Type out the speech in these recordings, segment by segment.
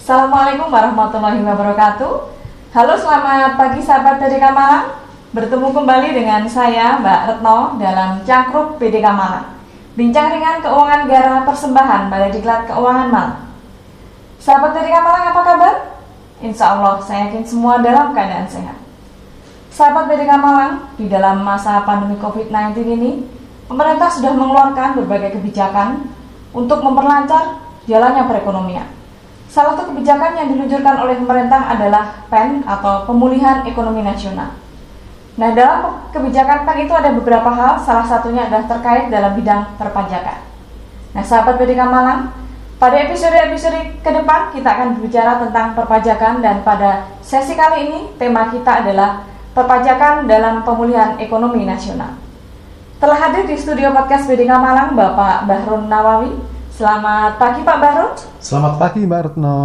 Assalamualaikum warahmatullahi wabarakatuh. Halo, selamat pagi sahabat PDK Malang. Bertemu kembali dengan saya Mbak Retno dalam Cangkruk PDK Malang. Bincang ringan keuangan negara persembahan Balai Diklat Keuangan Malang. Sahabat PDK Malang, apa kabar? Insya Allah saya yakin semua dalam keadaan sehat. Sahabat PDK Malang, di dalam masa pandemi COVID-19 ini, pemerintah sudah mengeluarkan berbagai kebijakan untuk memperlancar jalannya perekonomian. Salah satu kebijakan yang diluncurkan oleh pemerintah adalah PEN atau Pemulihan Ekonomi Nasional. Nah, dalam kebijakan PEN itu ada beberapa hal, salah satunya adalah terkait dalam bidang perpajakan. Nah, sahabat PDK Malang, pada episode-episode ke depan kita akan berbicara tentang perpajakan, dan pada sesi kali ini tema kita adalah perpajakan dalam pemulihan ekonomi nasional. Telah hadir di studio podcast PDK Malang Bapak Bahrun Nawawi. Selamat pagi Pak Bahrun. Selamat pagi Mbak Retno.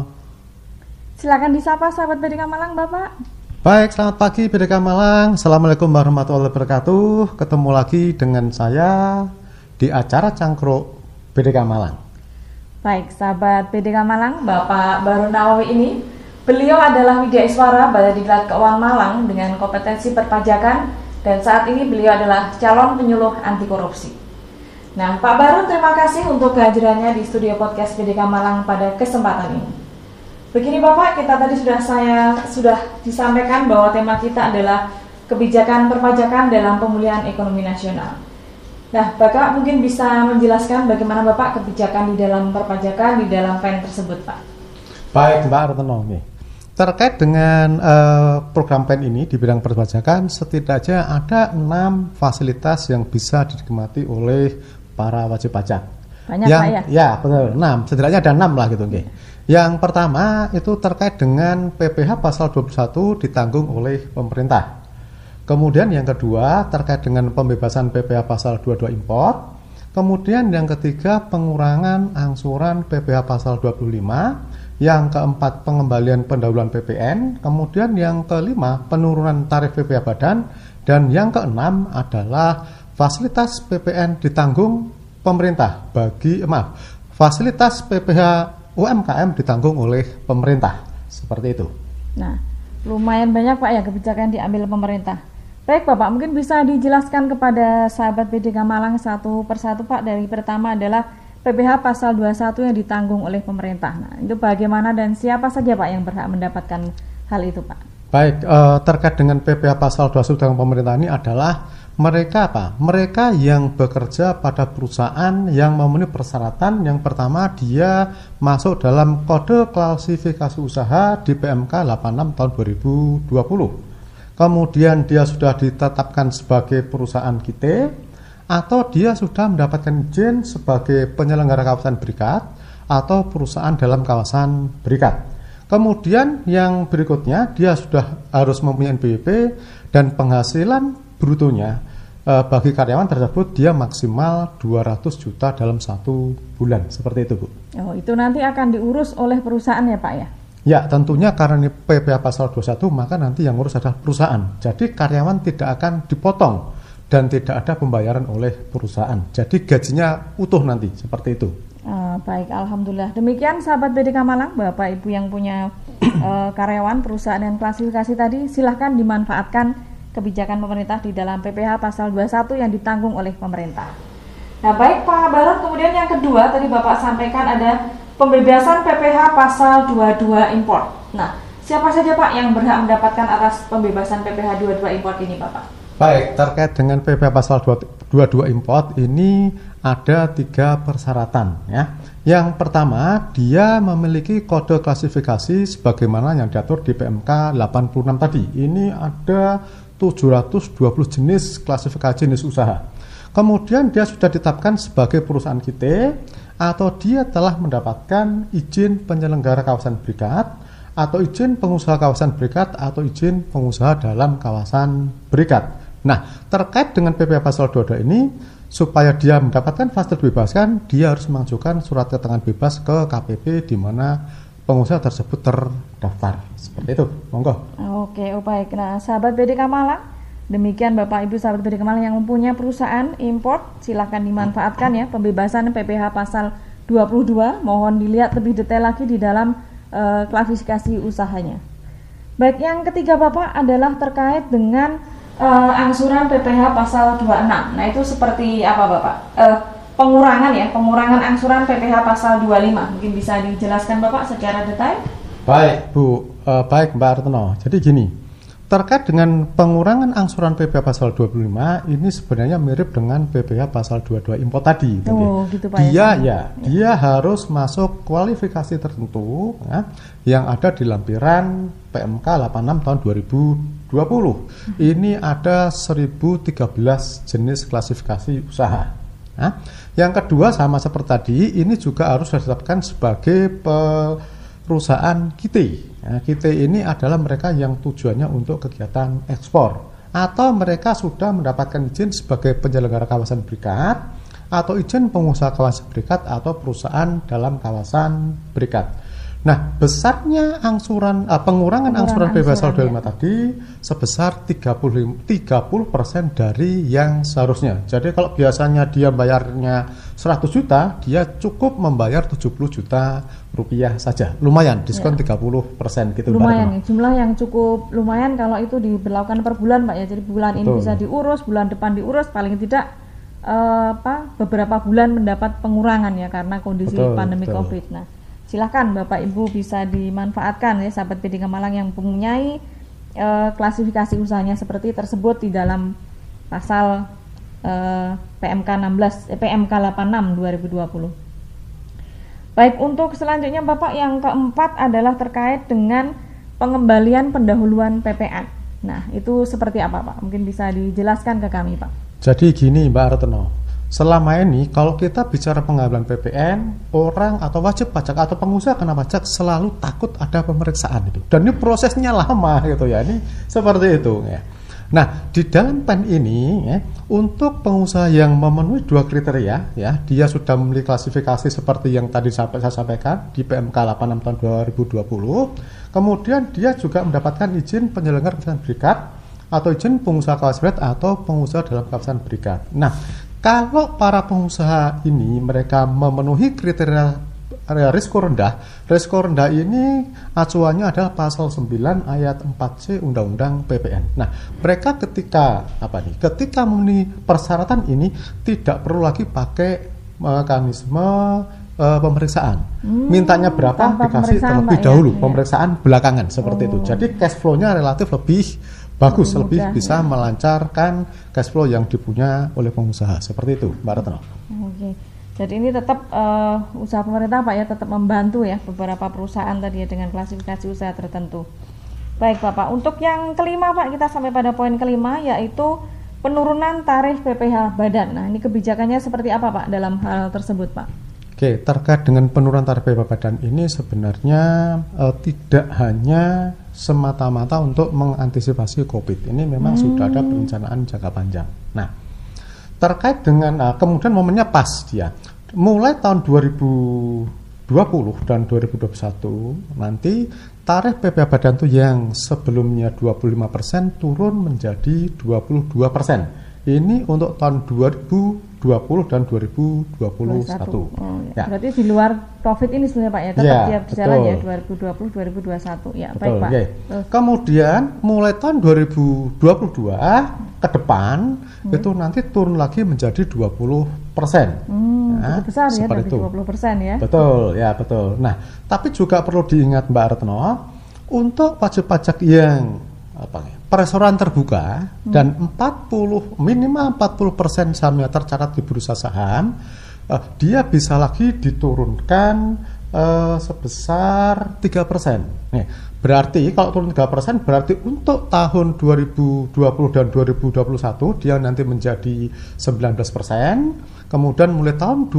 Silakan disapa sahabat PDK Malang Bapak. Baik, selamat pagi PDK Malang. Assalamualaikum warahmatullahi wabarakatuh. Ketemu lagi dengan saya di acara Cangkruk PDK Malang. Baik, sahabat PDK Malang, Bapak Bahrun Nawawi ini, beliau adalah Widyaswara Balai Diklat Keuangan Malang dengan kompetensi perpajakan, dan saat ini beliau adalah calon penyuluh anti korupsi. Nah, Pak Bahrun, terima kasih untuk kehadirannya di studio podcast PDK Malang pada kesempatan ini. Begini Bapak, kita tadi sudah disampaikan bahwa tema kita adalah kebijakan perpajakan dalam pemulihan ekonomi nasional. Nah, Bapak mungkin bisa menjelaskan bagaimana Bapak kebijakan di dalam perpajakan di dalam PEN tersebut, Pak. Baik Mbak Retno, terkait dengan program PEN ini di bidang perpajakan, setidaknya ada 6 fasilitas yang bisa dinikmati oleh para wajib pajak. Banyak Pak ya? Ya, betul, 6. Setidaknya ada 6 lah gitu. Yang pertama itu terkait dengan PPh pasal 21 ditanggung oleh pemerintah. Kemudian yang kedua terkait dengan pembebasan PPh pasal 22 impor. Kemudian yang ketiga pengurangan angsuran PPh pasal 25. Yang keempat pengembalian pendahuluan PPN. Kemudian yang kelima penurunan tarif PPh badan. Dan yang keenam adalah fasilitas PPN ditanggung pemerintah fasilitas PPh UMKM ditanggung oleh pemerintah, seperti itu. Nah, lumayan banyak Pak ya kebijakan diambil pemerintah. Baik Bapak, mungkin bisa dijelaskan kepada sahabat PDK Malang satu persatu Pak. Dari pertama adalah PPh pasal 21 yang ditanggung oleh pemerintah. Nah, itu bagaimana dan siapa saja Pak yang berhak mendapatkan hal itu Pak? Baik, terkait dengan PPh pasal 21 ditanggung pemerintah ini adalah mereka yang bekerja pada perusahaan yang memenuhi persyaratan. Yang pertama, dia masuk dalam kode klasifikasi usaha di PMK 86 tahun 2020. Kemudian dia sudah ditetapkan sebagai perusahaan KIT, atau dia sudah mendapatkan izin sebagai penyelenggara kawasan berikat atau perusahaan dalam kawasan berikat. Kemudian yang berikutnya, dia sudah harus mempunyai NPWP dan penghasilan brutonya bagi karyawan tersebut dia maksimal 200 juta dalam 1 bulan, seperti itu Bu. Oh, itu nanti akan diurus oleh perusahaan ya Pak ya? Ya, tentunya karena ini PPh pasal 21 maka nanti yang ngurus adalah perusahaan. Jadi karyawan tidak akan dipotong dan tidak ada pembayaran oleh perusahaan. Jadi gajinya utuh nanti, seperti itu. Baik, Alhamdulillah. Demikian sahabat PDK Malang, Bapak Ibu yang punya karyawan perusahaan dan klasifikasi tadi, silahkan dimanfaatkan kebijakan pemerintah di dalam PPh pasal 21 yang ditanggung oleh pemerintah. Nah baik Pak Bahrun, kemudian yang kedua tadi Bapak sampaikan ada pembebasan PPh pasal 22 impor. Nah, siapa saja Pak yang berhak mendapatkan atas pembebasan PPh 22 impor ini Bapak? Baik, terkait dengan PPh pasal 22 impor ini ada 3 persyaratan ya. Yang pertama, dia memiliki kode klasifikasi sebagaimana yang diatur di PMK 86 tadi. Ini ada 720 jenis klasifikasi jenis usaha. Kemudian dia sudah ditetapkan sebagai perusahaan KIT, atau dia telah mendapatkan izin penyelenggara kawasan berikat, atau izin pengusaha kawasan berikat, atau izin pengusaha dalam kawasan berikat. Nah, terkait dengan PPh pasal 22 ini, supaya dia mendapatkan fasilitas dibebaskan, dia harus mengajukan surat keterangan bebas ke KPP di mana pengusaha tersebut terdaftar. Seperti itu, monggo. Oke, baik. Nah, sahabat PDK Malang, demikian Bapak Ibu sahabat PDK Malang yang mempunyai perusahaan import, silahkan dimanfaatkan ya pembebasan PPh pasal 22. Mohon dilihat lebih detail lagi di dalam klasifikasi usahanya. Baik, yang ketiga Bapak adalah terkait dengan angsuran PPh pasal 26. Nah, itu seperti apa Bapak? Pengurangan angsuran PPh pasal 25. Mungkin bisa dijelaskan Bapak secara detail? Baik Bu, baik Mbak Retno. Jadi gini, terkait dengan pengurangan angsuran PPh pasal 25 ini sebenarnya mirip dengan PPh pasal 22 import tadi. Gitu Pak. Dia harus masuk kualifikasi tertentu yang ada di lampiran PMK 86 tahun 2020. Ini ada 1013 jenis klasifikasi usaha. Yang kedua sama seperti tadi, ini juga harus ditetapkan sebagai perusahaan KIT. KIT ini adalah mereka yang tujuannya untuk kegiatan ekspor, atau mereka sudah mendapatkan izin sebagai penyelenggara kawasan berikat, atau izin pengusaha kawasan berikat, atau perusahaan dalam kawasan berikat. Nah, besarnya pengurangan angsuran PPh pasal 25 tadi sebesar 30% dari yang seharusnya. Jadi kalau biasanya dia bayarnya 100 juta, dia cukup membayar 70 juta rupiah saja. Lumayan, diskon 30% gitu. Lumayan, jumlah yang cukup lumayan kalau itu diberlakukan per bulan Pak ya. Jadi bulan ini bisa diurus, bulan depan diurus, paling tidak beberapa bulan mendapat pengurangan ya karena kondisi pandemi Covid. Nah, silakan Bapak Ibu bisa dimanfaatkan ya sahabat PD Kamalang yang mempunyai klasifikasi usahanya seperti tersebut di dalam pasal PMK 86 2020. Baik, untuk selanjutnya Bapak yang keempat adalah terkait dengan pengembalian pendahuluan PPN. Nah, itu seperti apa Pak? Mungkin bisa dijelaskan ke kami Pak. Jadi gini Mbak Retno, selama ini kalau kita bicara pengembalian PPN, orang atau wajib pajak atau pengusaha kena pajak selalu takut ada pemeriksaan itu. Dan ini prosesnya lama gitu ya. Ini seperti itu ya. Nah, di dalam PEN ini ya, untuk pengusaha yang memenuhi dua kriteria ya, dia sudah memiliki klasifikasi seperti yang tadi saya sampaikan di PMK 86 tahun 2020. Kemudian dia juga mendapatkan izin penyelenggara kawasan berikat atau izin pengusaha kawasan berikat atau pengusaha dalam kawasan berikat. Nah, kalau para pengusaha ini mereka memenuhi kriteria risiko rendah ini acuannya adalah pasal 9 ayat 4C Undang-Undang PPN. Nah, mereka ketika memenuhi persyaratan ini tidak perlu lagi pakai mekanisme pemeriksaan. Mintanya berapa dikasih terlebih dahulu, pemeriksaan belakangan seperti itu. Jadi cash flow-nya relatif lebih bagus, lebih bisa melancarkan cash flow yang dipunya oleh pengusaha. Seperti itu, Mbak Retno. Oke. Jadi ini tetap usaha pemerintah Pak ya, tetap membantu ya beberapa perusahaan tadi ya dengan klasifikasi usaha tertentu. Baik Bapak, untuk yang kelima Pak, kita sampai pada poin kelima yaitu penurunan tarif PPh badan. Nah, ini kebijakannya seperti apa Pak dalam hal tersebut Pak? Oke, terkait dengan penurunan tarif PPh badan ini sebenarnya tidak hanya semata-mata untuk mengantisipasi COVID. Ini memang sudah ada perencanaan jangka panjang. Nah, terkait dengan kemudian momennya pas dia mulai tahun 2020 dan 2021 nanti tarif PPh badan itu yang sebelumnya 25% turun menjadi 22%. Ini untuk tahun 2020 dan 2021. Ya. Berarti di luar COVID ini sebenarnya Pak ya, tetap tiap jalan ya 2020 2021 ya. Betul, baik Pak. Kemudian mulai tahun 2022 ke depan itu nanti turun lagi menjadi 20%. Nah, besar ya, seperti itu 20% ya. Betul, ya betul. Nah, tapi juga perlu diingat Mbak Retno, untuk wajib pajak yang perestoran terbuka dan minimal 40% sahamnya tercatat di bursa saham, dia bisa lagi diturunkan sebesar 3%. Nih, berarti kalau turun 3% berarti untuk tahun 2020 dan 2021 dia nanti menjadi 19%, kemudian mulai tahun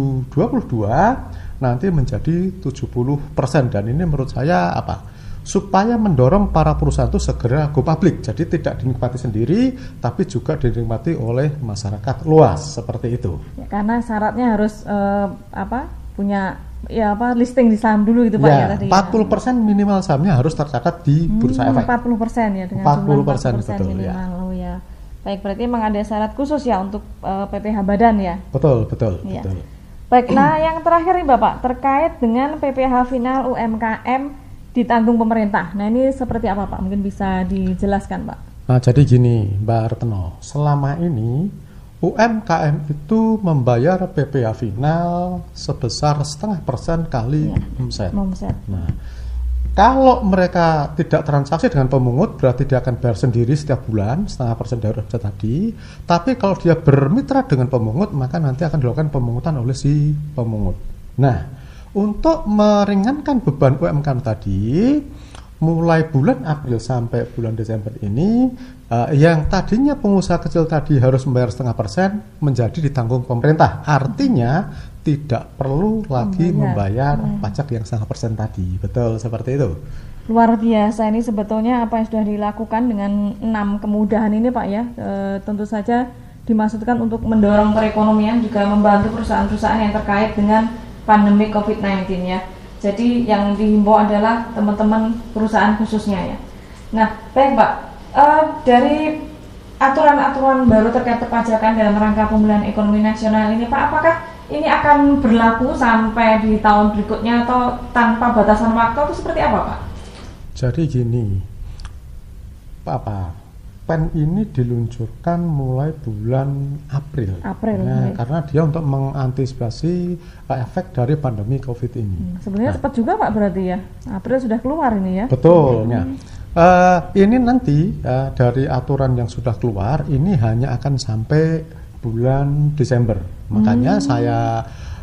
2022 nanti menjadi 70%. Dan ini menurut saya supaya mendorong para perusahaan itu segera go public, jadi tidak dinikmati sendiri tapi juga dinikmati oleh masyarakat luas seperti itu ya, karena syaratnya harus punya listing di saham dulu gitu Pak ya tadi 40% minimal sahamnya harus tercatat di bursa efek 40% ya dengan 40% betul minimal ya. Baik, berarti memang ada syarat khusus ya untuk PPh badan ya. Betul. Ya. Betul. Baik, nah yang terakhir nih Bapak, terkait dengan PPh final UMKM ditanggung pemerintah. Nah ini seperti apa Pak? Mungkin bisa dijelaskan Pak. Nah jadi gini Mbak Retno, selama ini UMKM itu membayar PPh final sebesar 0,5% kali omset. Nah, kalau mereka tidak transaksi dengan pemungut, berarti dia akan bayar sendiri setiap bulan 0,5% dari omset tadi. Tapi kalau dia bermitra dengan pemungut, maka nanti akan dilakukan pemungutan oleh si pemungut. Nah, untuk meringankan beban UMKM tadi, mulai bulan April sampai bulan Desember ini, yang tadinya pengusaha kecil tadi harus membayar 0,5% menjadi ditanggung pemerintah. Artinya tidak perlu lagi membayar pajak yang 0,5% tadi. Betul seperti itu. Luar biasa ini sebetulnya apa yang sudah dilakukan dengan 6 kemudahan ini Pak ya. Tentu saja dimaksudkan untuk mendorong perekonomian, juga membantu perusahaan-perusahaan yang terkait dengan pandemi COVID-19 ya. Jadi yang dihimbau adalah teman-teman perusahaan khususnya ya. Nah baik Pak, dari aturan-aturan baru terkait perpajakan dalam rangka pemulihan ekonomi nasional ini Pak, apakah ini akan berlaku sampai di tahun berikutnya atau tanpa batasan waktu atau seperti apa Pak? Jadi gini, PEN ini diluncurkan mulai bulan April ya, karena dia untuk mengantisipasi efek dari pandemi COVID ini. Sebenarnya cepat juga Pak berarti ya, April sudah keluar ini ya. Betul ya. Ini nanti dari aturan yang sudah keluar ini hanya akan sampai bulan Desember. Makanya saya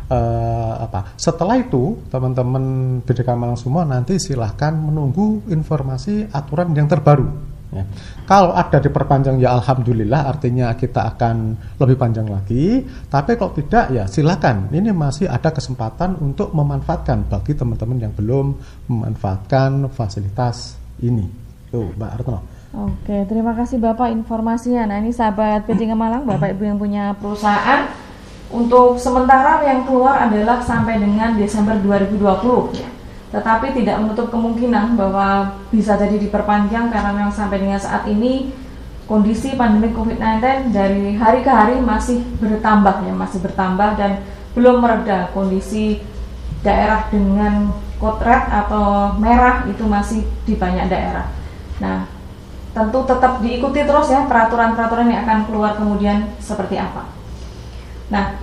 setelah itu teman-teman BDK Malang semua nanti silahkan menunggu informasi aturan yang terbaru ya. Kalau ada diperpanjang ya alhamdulillah, artinya kita akan lebih panjang lagi. Tapi kalau tidak ya silakan, ini masih ada kesempatan untuk memanfaatkan bagi teman-teman yang belum memanfaatkan fasilitas ini. Tuh Mbak Retno. Oke, terima kasih Bapak informasinya. Nah ini sahabat BDK Malang, Bapak Ibu yang punya perusahaan, untuk sementara yang keluar adalah sampai dengan Desember 2020 ya. Tetapi tidak menutup kemungkinan bahwa bisa jadi diperpanjang karena memang sampai dengan saat ini kondisi pandemi COVID-19 dari hari ke hari masih bertambah ya, masih bertambah dan belum mereda. Kondisi daerah dengan code red atau merah itu masih di banyak daerah. Nah, tentu tetap diikuti terus ya peraturan-peraturan yang akan keluar kemudian seperti apa. Nah,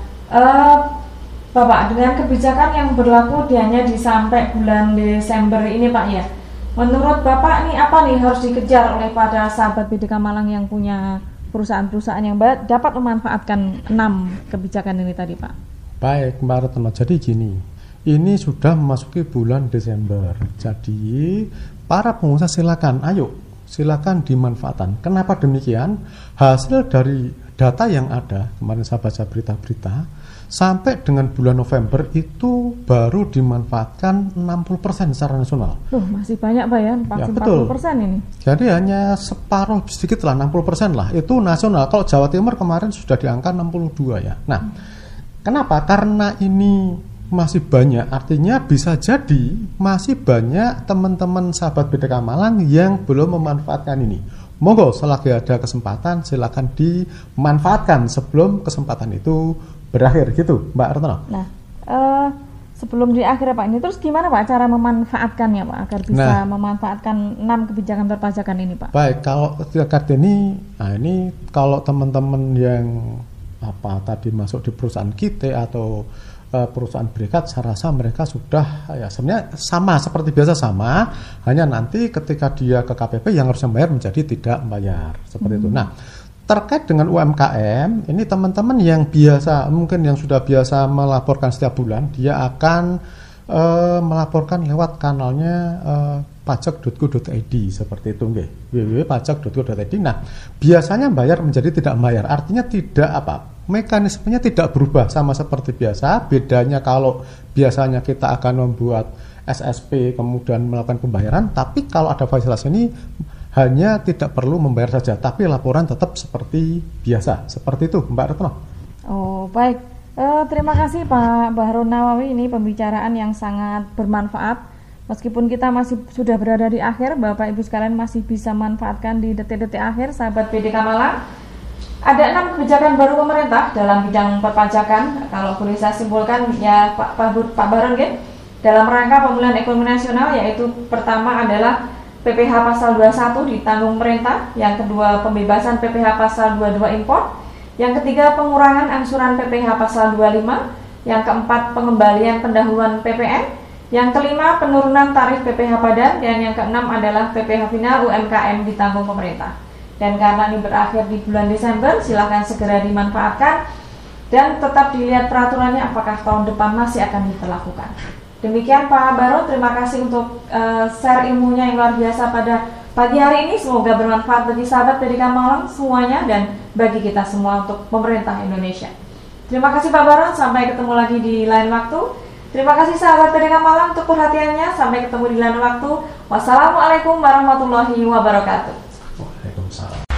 Bapak, dengan kebijakan yang berlaku hanya di sampai bulan Desember ini Pak ya, menurut Bapak nih apa nih harus dikejar oleh pada sahabat BDK Malang yang punya perusahaan-perusahaan yang dapat memanfaatkan 6 kebijakan ini tadi Pak? Baik Mbak Retno, jadi gini, ini sudah memasuki bulan Desember, jadi para pengusaha silakan dimanfaatkan. Kenapa demikian? Hasil dari data yang ada, kemarin saya baca berita-berita, sampai dengan bulan November itu baru dimanfaatkan 60% secara nasional. Masih banyak Pak ya, 40% ini. Jadi hanya separuh sedikit lah, 60% lah, itu nasional. Kalau Jawa Timur kemarin sudah di angka 62 ya. Nah, kenapa? Karena ini masih banyak, artinya bisa jadi masih banyak teman-teman sahabat BDK Malang yang belum memanfaatkan ini. Monggo selagi ada kesempatan silakan dimanfaatkan sebelum kesempatan itu berakhir gitu Mbak Retno. Nah, sebelum di akhir Pak ini terus gimana Pak cara memanfaatkannya Pak agar bisa memanfaatkan 6 kebijakan perpajakan ini Pak? Baik, kalau terkait ini, nah ini kalau teman-teman yang tadi masuk di perusahaan kita atau perusahaan berikat, saya rasa mereka sudah ya sebenarnya sama seperti biasa, sama, hanya nanti ketika dia ke KPP yang harus membayar menjadi tidak membayar seperti itu. Nah, terkait dengan UMKM ini teman-teman yang biasa mungkin yang sudah biasa melaporkan setiap bulan, dia akan melaporkan lewat kanalnya pajak.go.id seperti itu nggih, www.pajak.go.id. Nah, biasanya bayar menjadi tidak bayar, artinya tidak mekanismenya tidak berubah, sama seperti biasa. Bedanya kalau biasanya kita akan membuat SSP kemudian melakukan pembayaran, tapi kalau ada fasilitas ini hanya tidak perlu membayar saja, tapi laporan tetap seperti biasa. Seperti itu Mbak Retno. Oh baik, terima kasih Pak Bahrul Nawawi, ini pembicaraan yang sangat bermanfaat. Meskipun kita masih sudah berada di akhir, Bapak Ibu sekalian masih bisa manfaatkan di detik-detik akhir sahabat BDK Malang. Ada 6 kebijakan baru pemerintah dalam bidang perpajakan. Kalau boleh saya simpulkan ya Pak Baron, dalam rangka pemulihan ekonomi nasional, yaitu pertama adalah PPh pasal 21 ditanggung pemerintah, yang kedua pembebasan PPh pasal 22 impor, yang ketiga pengurangan angsuran PPh pasal 25, yang keempat pengembalian pendahuluan PPN, yang kelima penurunan tarif PPh padat, dan yang keenam adalah PPh final UMKM ditanggung pemerintah. Dan karena ini berakhir di bulan Desember, silahkan segera dimanfaatkan dan tetap dilihat peraturannya apakah tahun depan masih akan diberlakukan. Demikian Pak Baron, terima kasih untuk share ilmunya yang luar biasa pada pagi hari ini. Semoga bermanfaat bagi sahabat PDK Malang semuanya dan bagi kita semua untuk pemerintah Indonesia. Terima kasih Pak Baron, sampai ketemu lagi di lain waktu. Terima kasih sahabat PDK Malang untuk perhatiannya, sampai ketemu di lain waktu. Wassalamualaikum warahmatullahi wabarakatuh. Waalaikumsalam.